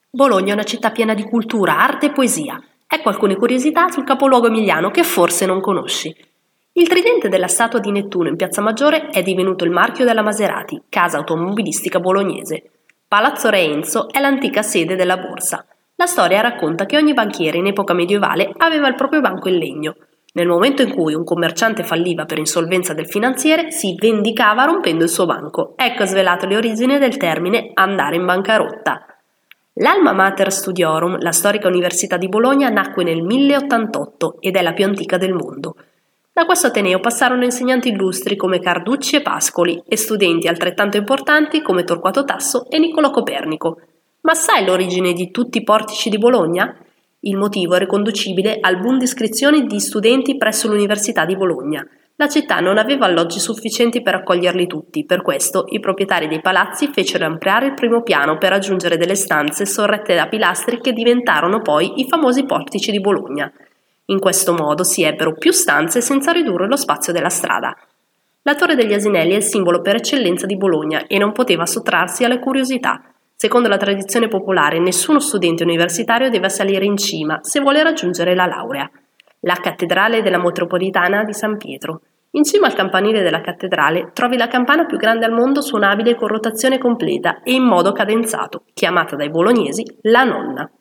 Bologna è una città piena di cultura, arte e poesia. Ecco alcune curiosità sul capoluogo emiliano che forse non conosci. Il tridente della statua di Nettuno in Piazza Maggiore è divenuto il marchio della Maserati, casa automobilistica bolognese. Palazzo Re Enzo è l'antica sede della borsa. La storia racconta che ogni banchiere in epoca medievale aveva il proprio banco in legno. Nel momento in cui un commerciante falliva per insolvenza del finanziere, si vendicava rompendo il suo banco. Ecco svelato le origini del termine andare in bancarotta. L'Alma Mater Studiorum, la storica Università di Bologna, nacque nel 1088 ed è la più antica del mondo. Da questo ateneo passarono insegnanti illustri come Carducci e Pascoli e studenti altrettanto importanti come Torquato Tasso e Niccolò Copernico. Ma sai l'origine di tutti i portici di Bologna? Il motivo è riconducibile al boom di iscrizioni di studenti presso l'Università di Bologna. La città non aveva alloggi sufficienti per accoglierli tutti, per questo i proprietari dei palazzi fecero ampliare il primo piano per aggiungere delle stanze sorrette da pilastri che diventarono poi i famosi portici di Bologna. In questo modo si ebbero più stanze senza ridurre lo spazio della strada. La Torre degli Asinelli è il simbolo per eccellenza di Bologna e non poteva sottrarsi alle curiosità. Secondo la tradizione popolare, nessuno studente universitario deve salire in cima se vuole raggiungere la laurea. La cattedrale della metropolitana di San Pietro. In cima al campanile della cattedrale trovi la campana più grande al mondo suonabile con rotazione completa e in modo cadenzato, chiamata dai bolognesi la nonna.